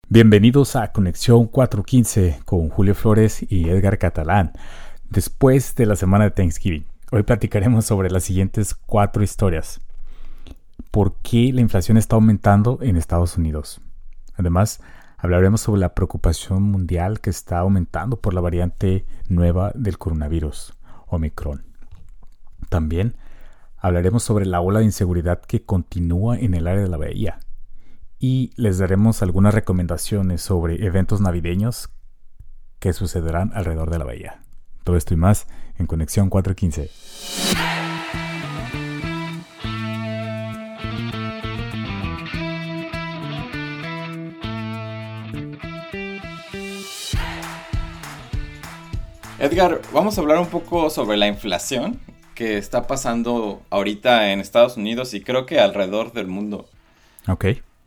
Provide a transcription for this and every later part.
Bienvenidos a Conexión 415 con Julio Flores y Edgar Catalán. Después de la semana de Thanksgiving, hoy platicaremos sobre las siguientes 4 historias. ¿Por qué la inflación está aumentando en Estados Unidos? Además, hablaremos sobre la preocupación mundial que está aumentando por la variante nueva del coronavirus, Omicron. También hablaremos sobre la ola de inseguridad que continúa en el área de la bahía. Y les daremos algunas recomendaciones sobre eventos navideños que sucederán alrededor de la bahía. Todo esto y más en Conexión 415. Edgar, vamos a hablar un poco sobre la inflación que está pasando ahorita en Estados Unidos y creo que alrededor del mundo. Ok.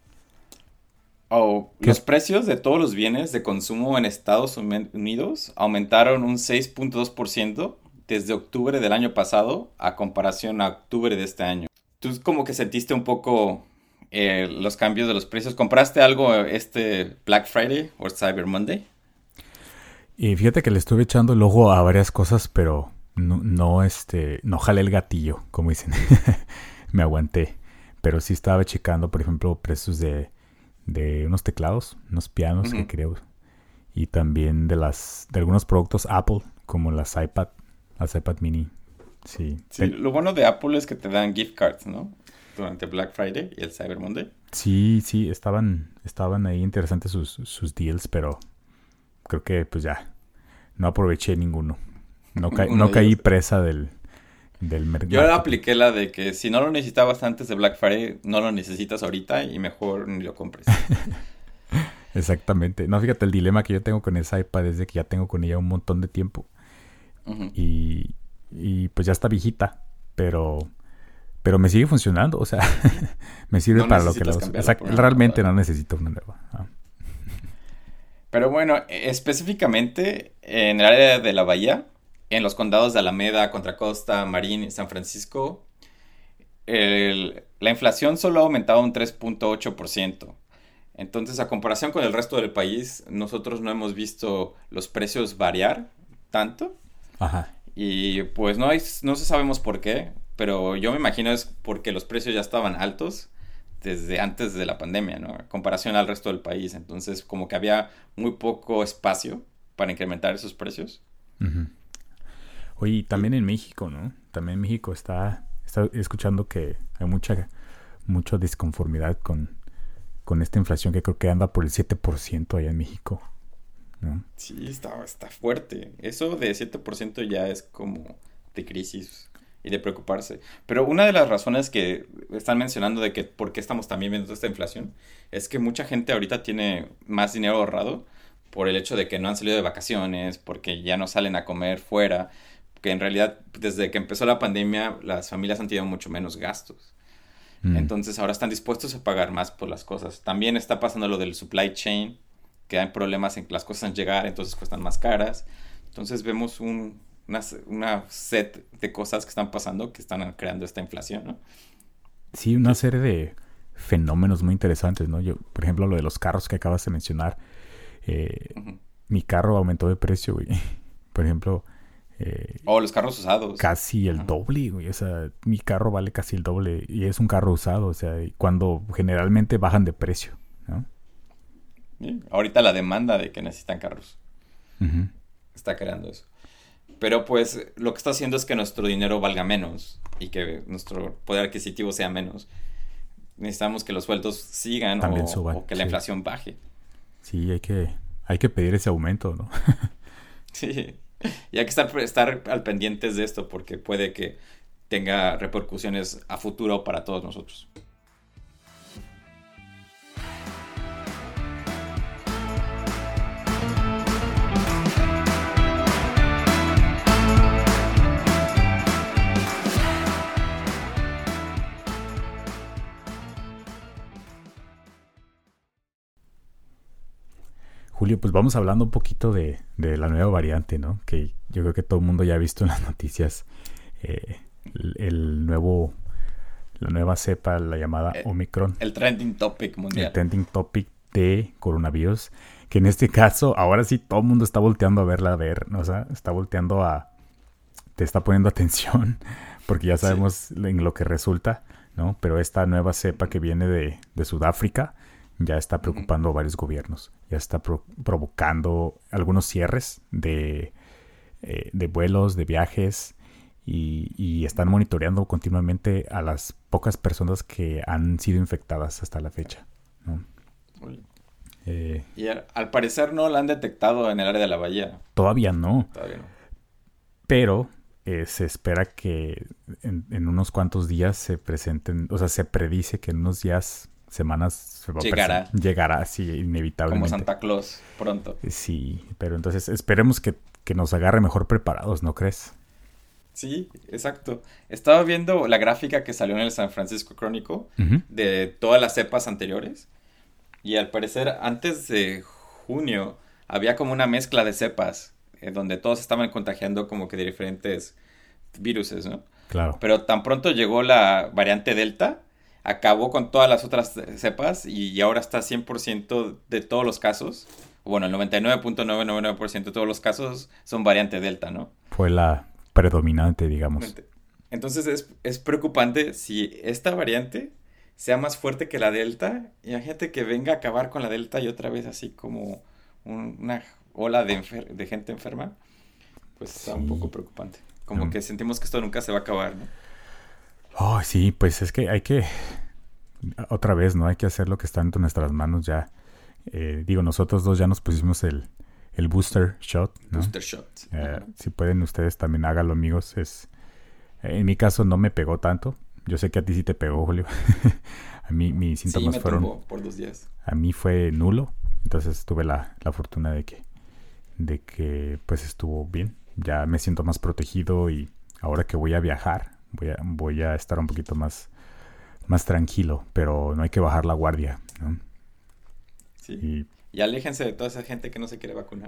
Los precios de todos los bienes de consumo en Estados Unidos aumentaron un 6.2% desde octubre del año pasado a comparación a octubre de este año. ¿Tú como que sentiste un poco los cambios de los precios? ¿Compraste algo este Black Friday o Cyber Monday? Y fíjate que le estuve echando el ojo a varias cosas, pero no jalé el gatillo, como dicen. Me aguanté. Pero sí estaba checando, por ejemplo, precios de unos teclados, unos pianos que creo, y también de algunos productos Apple, como las iPad mini. Sí, lo bueno de Apple es que te dan gift cards, ¿no? Durante Black Friday y el Cyber Monday. Sí, estaban ahí interesantes sus deals, pero creo que pues ya no aproveché ninguno. No caí presa del mercado. Yo apliqué la de que si no lo necesitabas antes de Black Friday, no lo necesitas ahorita y mejor ni lo compres. Exactamente. No, fíjate, el dilema que yo tengo con esa iPad es de que ya tengo con ella un montón de tiempo. Y pues ya está viejita, pero me sigue funcionando, o sea, me sirve no para lo que la uso. Realmente no necesito una nueva. Pero bueno, específicamente en el área de la bahía, en los condados de Alameda, Contra Costa, Marin y San Francisco, la inflación solo ha aumentado un 3.8%. Entonces, a comparación con el resto del país, nosotros no hemos visto los precios variar tanto. Ajá. Y pues no se sabemos por qué, pero yo me imagino es porque los precios ya estaban altos desde antes de la pandemia, ¿no? En comparación al resto del país. Entonces, como que había muy poco espacio para incrementar esos precios. Uh-huh. Oye, y también en México, ¿no? También en México está escuchando que hay mucha disconformidad con esta inflación que creo que anda por el 7% allá en México, ¿no? Sí, está fuerte. Eso de 7% ya es como de crisis y de preocuparse. Pero una de las razones que están mencionando de que por qué estamos también viendo esta inflación es que mucha gente ahorita tiene más dinero ahorrado por el hecho de que no han salido de vacaciones, porque ya no salen a comer fuera, que en realidad desde que empezó la pandemia las familias han tenido mucho menos gastos. Entonces ahora están dispuestos a pagar más por las cosas. También está pasando lo del supply chain, que hay problemas en que las cosas en llegar, entonces cuestan más caras. Entonces vemos una set de cosas que están pasando que están creando esta inflación, ¿no? Sí, una serie de fenómenos muy interesantes, ¿no? Yo, por ejemplo, lo de los carros que acabas de mencionar. Mi carro aumentó de precio, güey. Por ejemplo... los carros usados. Casi el doble, güey. O sea, mi carro vale casi el doble y es un carro usado, o sea, cuando generalmente bajan de precio, ¿no? Sí, ahorita la demanda de que necesitan carros está creando eso. Pero pues lo que está haciendo es que nuestro dinero valga menos y que nuestro poder adquisitivo sea menos. Necesitamos que los sueldos sigan o que la inflación baje. Sí, hay que pedir ese aumento, ¿no? Sí. Y hay que estar al pendientes de esto porque puede que tenga repercusiones a futuro para todos nosotros. Julio, pues vamos hablando un poquito de la nueva variante, ¿no? Que yo creo que todo el mundo ya ha visto en las noticias la nueva cepa, la llamada Omicron. El trending topic mundial. El trending topic de coronavirus, que en este caso ahora sí todo el mundo está volteando a verla, ¿no? O sea, te está poniendo atención, porque ya sabemos en lo que resulta, ¿no? Pero esta nueva cepa que viene de Sudáfrica ya está preocupando a varios gobiernos, ya está provocando algunos cierres de vuelos, de viajes, y están monitoreando continuamente a las pocas personas que han sido infectadas hasta la fecha, ¿no? Y al parecer no la han detectado en el área de la bahía. Todavía no. Todavía no. Pero se espera que en unos cuantos días se presenten, o sea, se predice que en unos días, semanas, se va llegará, sí, inevitablemente. Como Santa Claus, pronto. Sí, pero entonces esperemos que nos agarre mejor preparados, ¿no crees? Sí, exacto. Estaba viendo la gráfica que salió en el San Francisco Chronicle de todas las cepas anteriores. Y al parecer, antes de junio, había como una mezcla de cepas, donde todos estaban contagiando como que de diferentes viruses, ¿no? Claro. Pero tan pronto llegó la variante Delta, acabó con todas las otras cepas y ahora está 100% de todos los casos. Bueno, el 99.999% de todos los casos son variante Delta, ¿no? Fue la predominante, digamos. Entonces es preocupante si esta variante sea más fuerte que la Delta. Imagínate que venga a acabar con la Delta y otra vez así como una ola de gente enferma. Pues está un poco preocupante. Como que sentimos que esto nunca se va a acabar, ¿no? Oh, sí, pues es que hay que, otra vez, ¿no? Hay que hacer lo que está en nuestras manos ya. Nosotros dos ya nos pusimos el booster shot, ¿no? Booster shot. Si pueden ustedes también háganlo, amigos. En mi caso no me pegó tanto. Yo sé que a ti sí te pegó, Julio. A mí mis síntomas fueron... por 2 días. A mí fue nulo. Entonces tuve la fortuna de que pues estuvo bien. Ya me siento más protegido y ahora que voy a viajar voy a estar un poquito más tranquilo. Pero no hay que bajar la guardia, ¿no? Sí. Y aléjense de toda esa gente que no se quiere vacunar.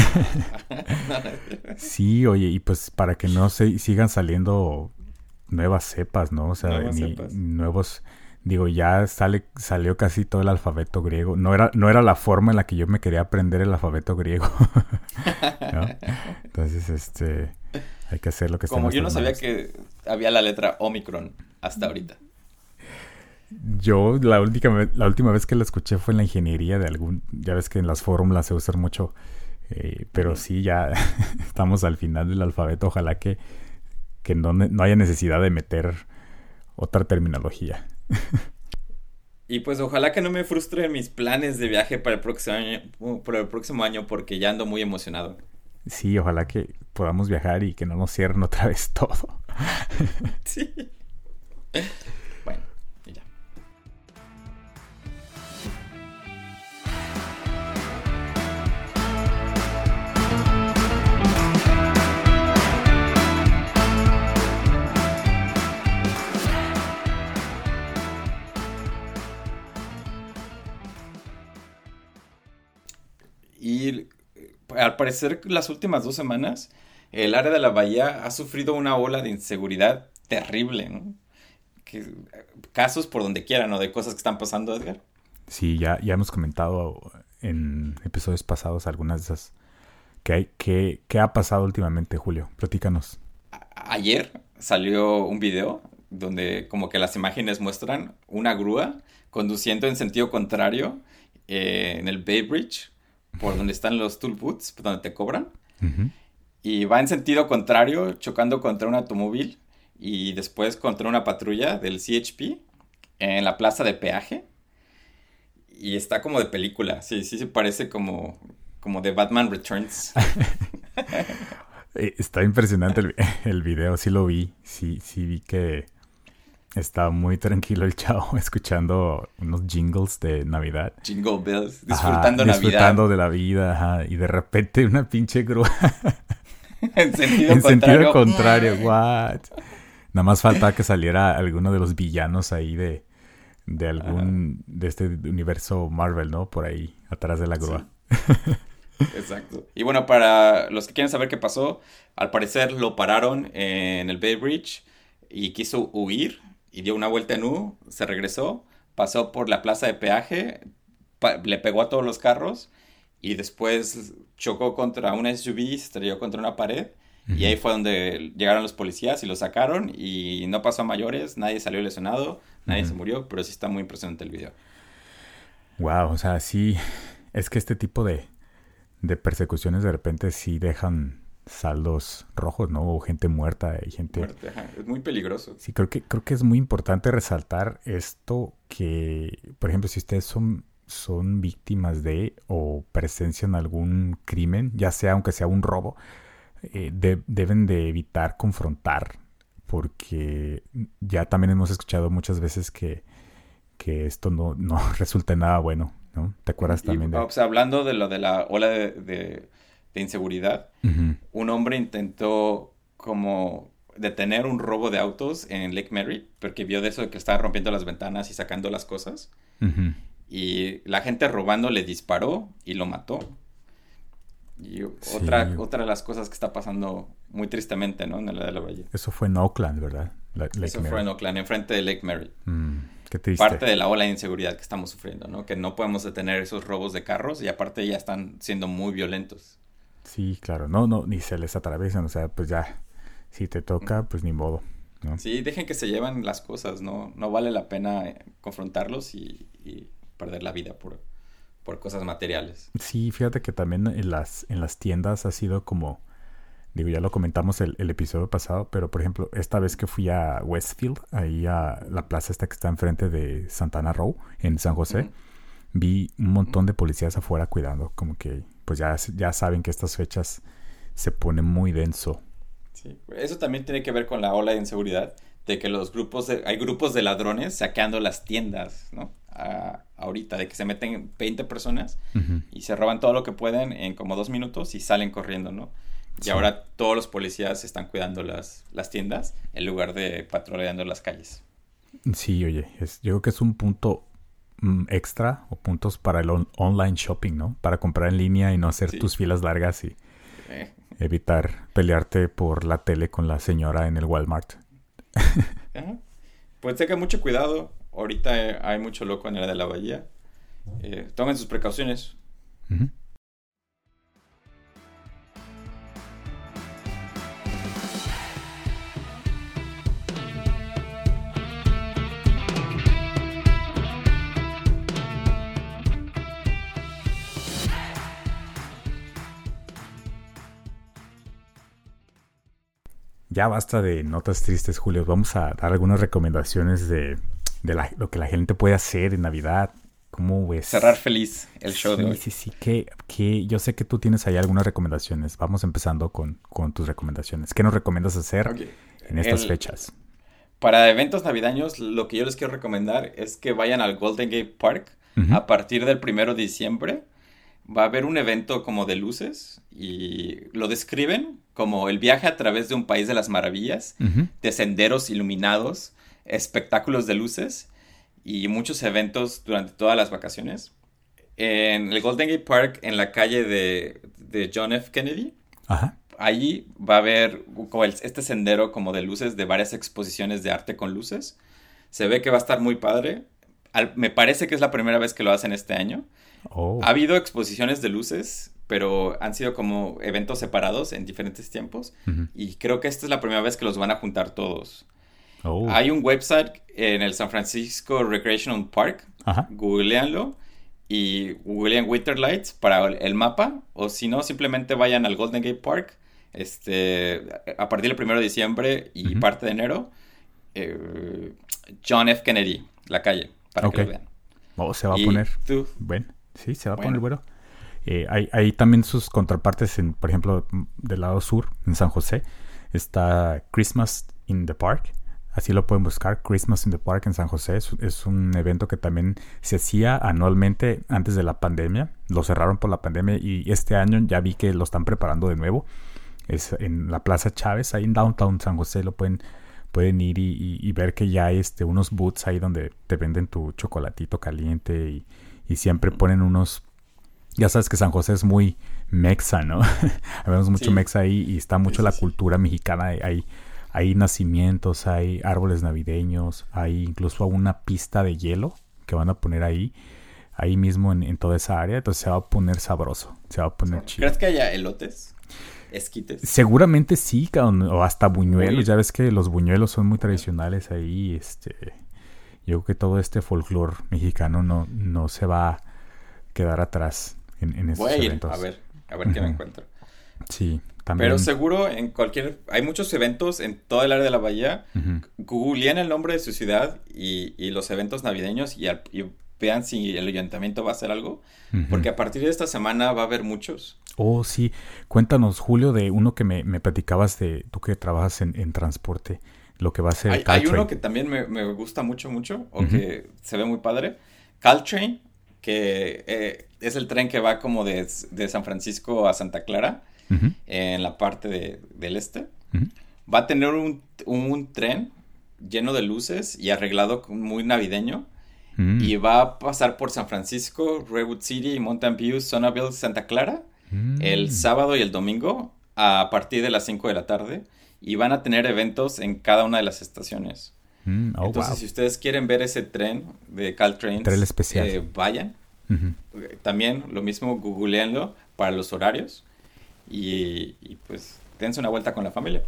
Sí, oye, y pues para que no sigan saliendo nuevas cepas, ¿no? O sea, nuevos, digo, ya salió casi todo el alfabeto griego. No era la forma en la que yo me quería aprender el alfabeto griego, ¿no? Entonces, hay que hacer lo que está en Como yo no sabía manos. que había la letra Omicron hasta ahorita. Yo la última vez que la escuché fue en la ingeniería ya ves que en las fórmulas se usan mucho, pero sí, ya estamos al final del alfabeto. Ojalá que no haya necesidad de meter otra terminología. Y pues ojalá que no me frustren mis planes de viaje para el próximo año porque ya ando muy emocionado. Sí, ojalá que podamos viajar y que no nos cierren otra vez todo. Sí. Bueno, y ya. Y al parecer las últimas 2 semanas el área de la bahía ha sufrido una ola de inseguridad terrible, ¿no? Casos por donde quiera, ¿no? De cosas que están pasando, Edgar. Sí, ya hemos comentado en episodios pasados algunas de esas. ¿Qué ha pasado últimamente, Julio? Platícanos. Ayer salió un video donde como que las imágenes muestran una grúa conduciendo en sentido contrario en el Bay Bridge, por donde están los toll booths, donde te cobran. Uh-huh. Y va en sentido contrario, chocando contra un automóvil y después contra una patrulla del CHP en la plaza de peaje. Y está como de película. Sí, parece como de Batman Returns. Está impresionante el video, sí lo vi. Sí vi que estaba muy tranquilo el chavo escuchando unos jingles de Navidad. Jingle bells, disfrutando Navidad. Disfrutando de la vida, ajá. Y de repente una pinche grúa. En sentido contrario, what? Nada más faltaba que saliera alguno de los villanos ahí de este universo Marvel, ¿no? Por ahí, atrás de la grúa. Sí. Exacto. Y bueno, para los que quieren saber qué pasó, al parecer lo pararon en el Bay Bridge y quiso huir y dio una vuelta en U, se regresó, pasó por la plaza de peaje, le pegó a todos los carros y después chocó contra una SUV, se estrelló contra una pared. Y ahí fue donde llegaron los policías y lo sacaron y no pasó a mayores, nadie salió lesionado, nadie se murió, pero sí está muy impresionante el video. Wow, o sea, sí, es que este tipo de persecuciones de repente sí dejan saldos rojos, ¿no? O gente muerta y gente... Muerte, ajá. Es muy peligroso. Sí, creo que es muy importante resaltar esto que, por ejemplo, si ustedes son víctimas de o presencian algún crimen, ya sea aunque sea un robo, deben de evitar confrontar, porque ya también hemos escuchado muchas veces que esto no resulta en nada bueno, ¿no? ¿Te acuerdas también de...? O sea, hablando de lo de la ola de inseguridad, un hombre intentó como detener un robo de autos en Lake Mary, porque vio de eso de que estaban rompiendo las ventanas y sacando las cosas, y la gente robando le disparó y lo mató. Y otra de las cosas que está pasando muy tristemente, ¿no? En el de la Valle. Eso fue en Oakland, ¿verdad? Fue en Oakland, enfrente de Lake Mary. Qué triste. Parte de la ola de inseguridad que estamos sufriendo, ¿no? Que no podemos detener esos robos de carros y aparte ya están siendo muy violentos. Sí, claro. No, ni se les atraviesan. O sea, pues ya, si te toca, pues ni modo, ¿no? Sí, dejen que se lleven las cosas, ¿no? No vale la pena confrontarlos y perder la vida por cosas materiales. Sí, fíjate que también en las tiendas ha sido como, digo, ya lo comentamos el episodio pasado, pero por ejemplo, esta vez que fui a Westfield, ahí a la plaza esta que está enfrente de Santana Row, en San José, vi un montón de policías afuera cuidando, como que pues ya saben que estas fechas se pone muy denso. Sí, eso también tiene que ver con la ola de inseguridad, de que hay grupos de ladrones saqueando las tiendas, ¿no? Ahorita, de que se meten 20 personas y se roban todo lo que pueden en como 2 minutos y salen corriendo, ¿no? Y ahora todos los policías están cuidando las tiendas en lugar de patrulleando las calles. Sí, oye, yo creo que es un punto extra o puntos para el online shopping, ¿no? Para comprar en línea y no hacer tus filas largas y evitar pelearte por la tele con la señora en el Walmart. Pues tengan mucho cuidado. Ahorita hay mucho loco en el de la bahía. Tomen sus precauciones. Ya basta de notas tristes, Julio. Vamos a dar algunas recomendaciones de lo que la gente puede hacer en Navidad. ¿Cómo ves? Cerrar feliz el show de hoy. Sí. Que yo sé que tú tienes ahí algunas recomendaciones. Vamos empezando con tus recomendaciones. ¿Qué nos recomiendas hacer en estas fechas? Para eventos navideños, lo que yo les quiero recomendar es que vayan al Golden Gate Park a partir del 1 de diciembre. Va a haber un evento como de luces y lo describen como el viaje a través de un país de las maravillas, de senderos iluminados, espectáculos de luces y muchos eventos durante todas las vacaciones. En el Golden Gate Park, en la calle de John F. Kennedy, allí va a haber como este sendero como de luces de varias exposiciones de arte con luces. Se ve que va a estar muy padre. Me parece que es la primera vez que lo hacen este año. Ha habido exposiciones de luces, pero han sido como eventos separados en diferentes tiempos. Y creo que esta es la primera vez que los van a juntar todos. Hay un website en el San Francisco Recreational Park. Googleanlo y googleen Winter Lights para el mapa. O si no, simplemente vayan al Golden Gate Park a partir del 1 de diciembre y parte de enero. John F. Kennedy, la calle, para que lo vean. Se va a poner... Bueno, sí, se va a poner bueno. Hay también sus contrapartes, por ejemplo, del lado sur, en San José, está Christmas in the Park. Así lo pueden buscar, Christmas in the Park en San José. Es un evento que también se hacía anualmente antes de la pandemia. Lo cerraron por la pandemia y este año ya vi que lo están preparando de nuevo. Es en la Plaza Chávez, ahí en Downtown San José. Lo pueden ir y ver que ya hay unos booths ahí donde te venden tu chocolatito caliente y siempre ponen unos... Ya sabes que San José es muy mexa, ¿no? Vemos mucho mexa ahí y está mucho la cultura mexicana. Hay nacimientos, hay árboles navideños, hay incluso una pista de hielo que van a poner ahí ahí mismo en toda esa área. Entonces se va a poner sabroso, se va a poner chido. ¿Crees que haya elotes? Esquites. Seguramente sí, o hasta buñuelos. Uy. Ya ves que los buñuelos son muy tradicionales ahí. Yo creo que todo este folclore mexicano no se va a quedar atrás en esos Voy a ir eventos. a ver qué me encuentro. Sí, también. Pero seguro hay muchos eventos en toda el área de la bahía. Googleen el nombre de su ciudad y los eventos navideños y vean si el ayuntamiento va a hacer algo. Porque a partir de esta semana va a haber muchos. Oh, sí. Cuéntanos, Julio, de uno que me platicabas de tú que trabajas en transporte, lo que va a ser Hay Caltrain. uno que también me gusta mucho, o que se ve muy padre. Caltrain, que es el tren que va como de San Francisco a Santa Clara, en la parte del este. Va a tener un tren lleno de luces y arreglado muy navideño. Y va a pasar por San Francisco, Redwood City, Mountain View, Sonneville, Santa Clara, el sábado y el domingo a partir de las 5 de la tarde. Y van a tener eventos en cada una de las estaciones. Entonces, si ustedes quieren ver ese tren de Caltrain, tren especial, vayan. También lo mismo, googleenlo para los horarios. Y pues dense una vuelta con la familia.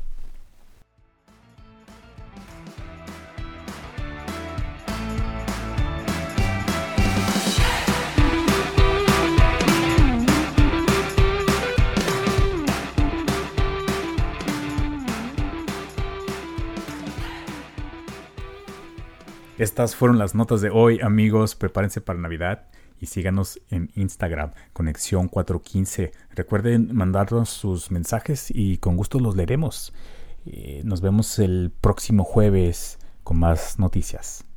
Estas fueron las notas de hoy, amigos. Prepárense para Navidad y síganos en Instagram, Conexión 415. Recuerden mandarnos sus mensajes y con gusto los leeremos. Nos vemos el próximo jueves con más noticias.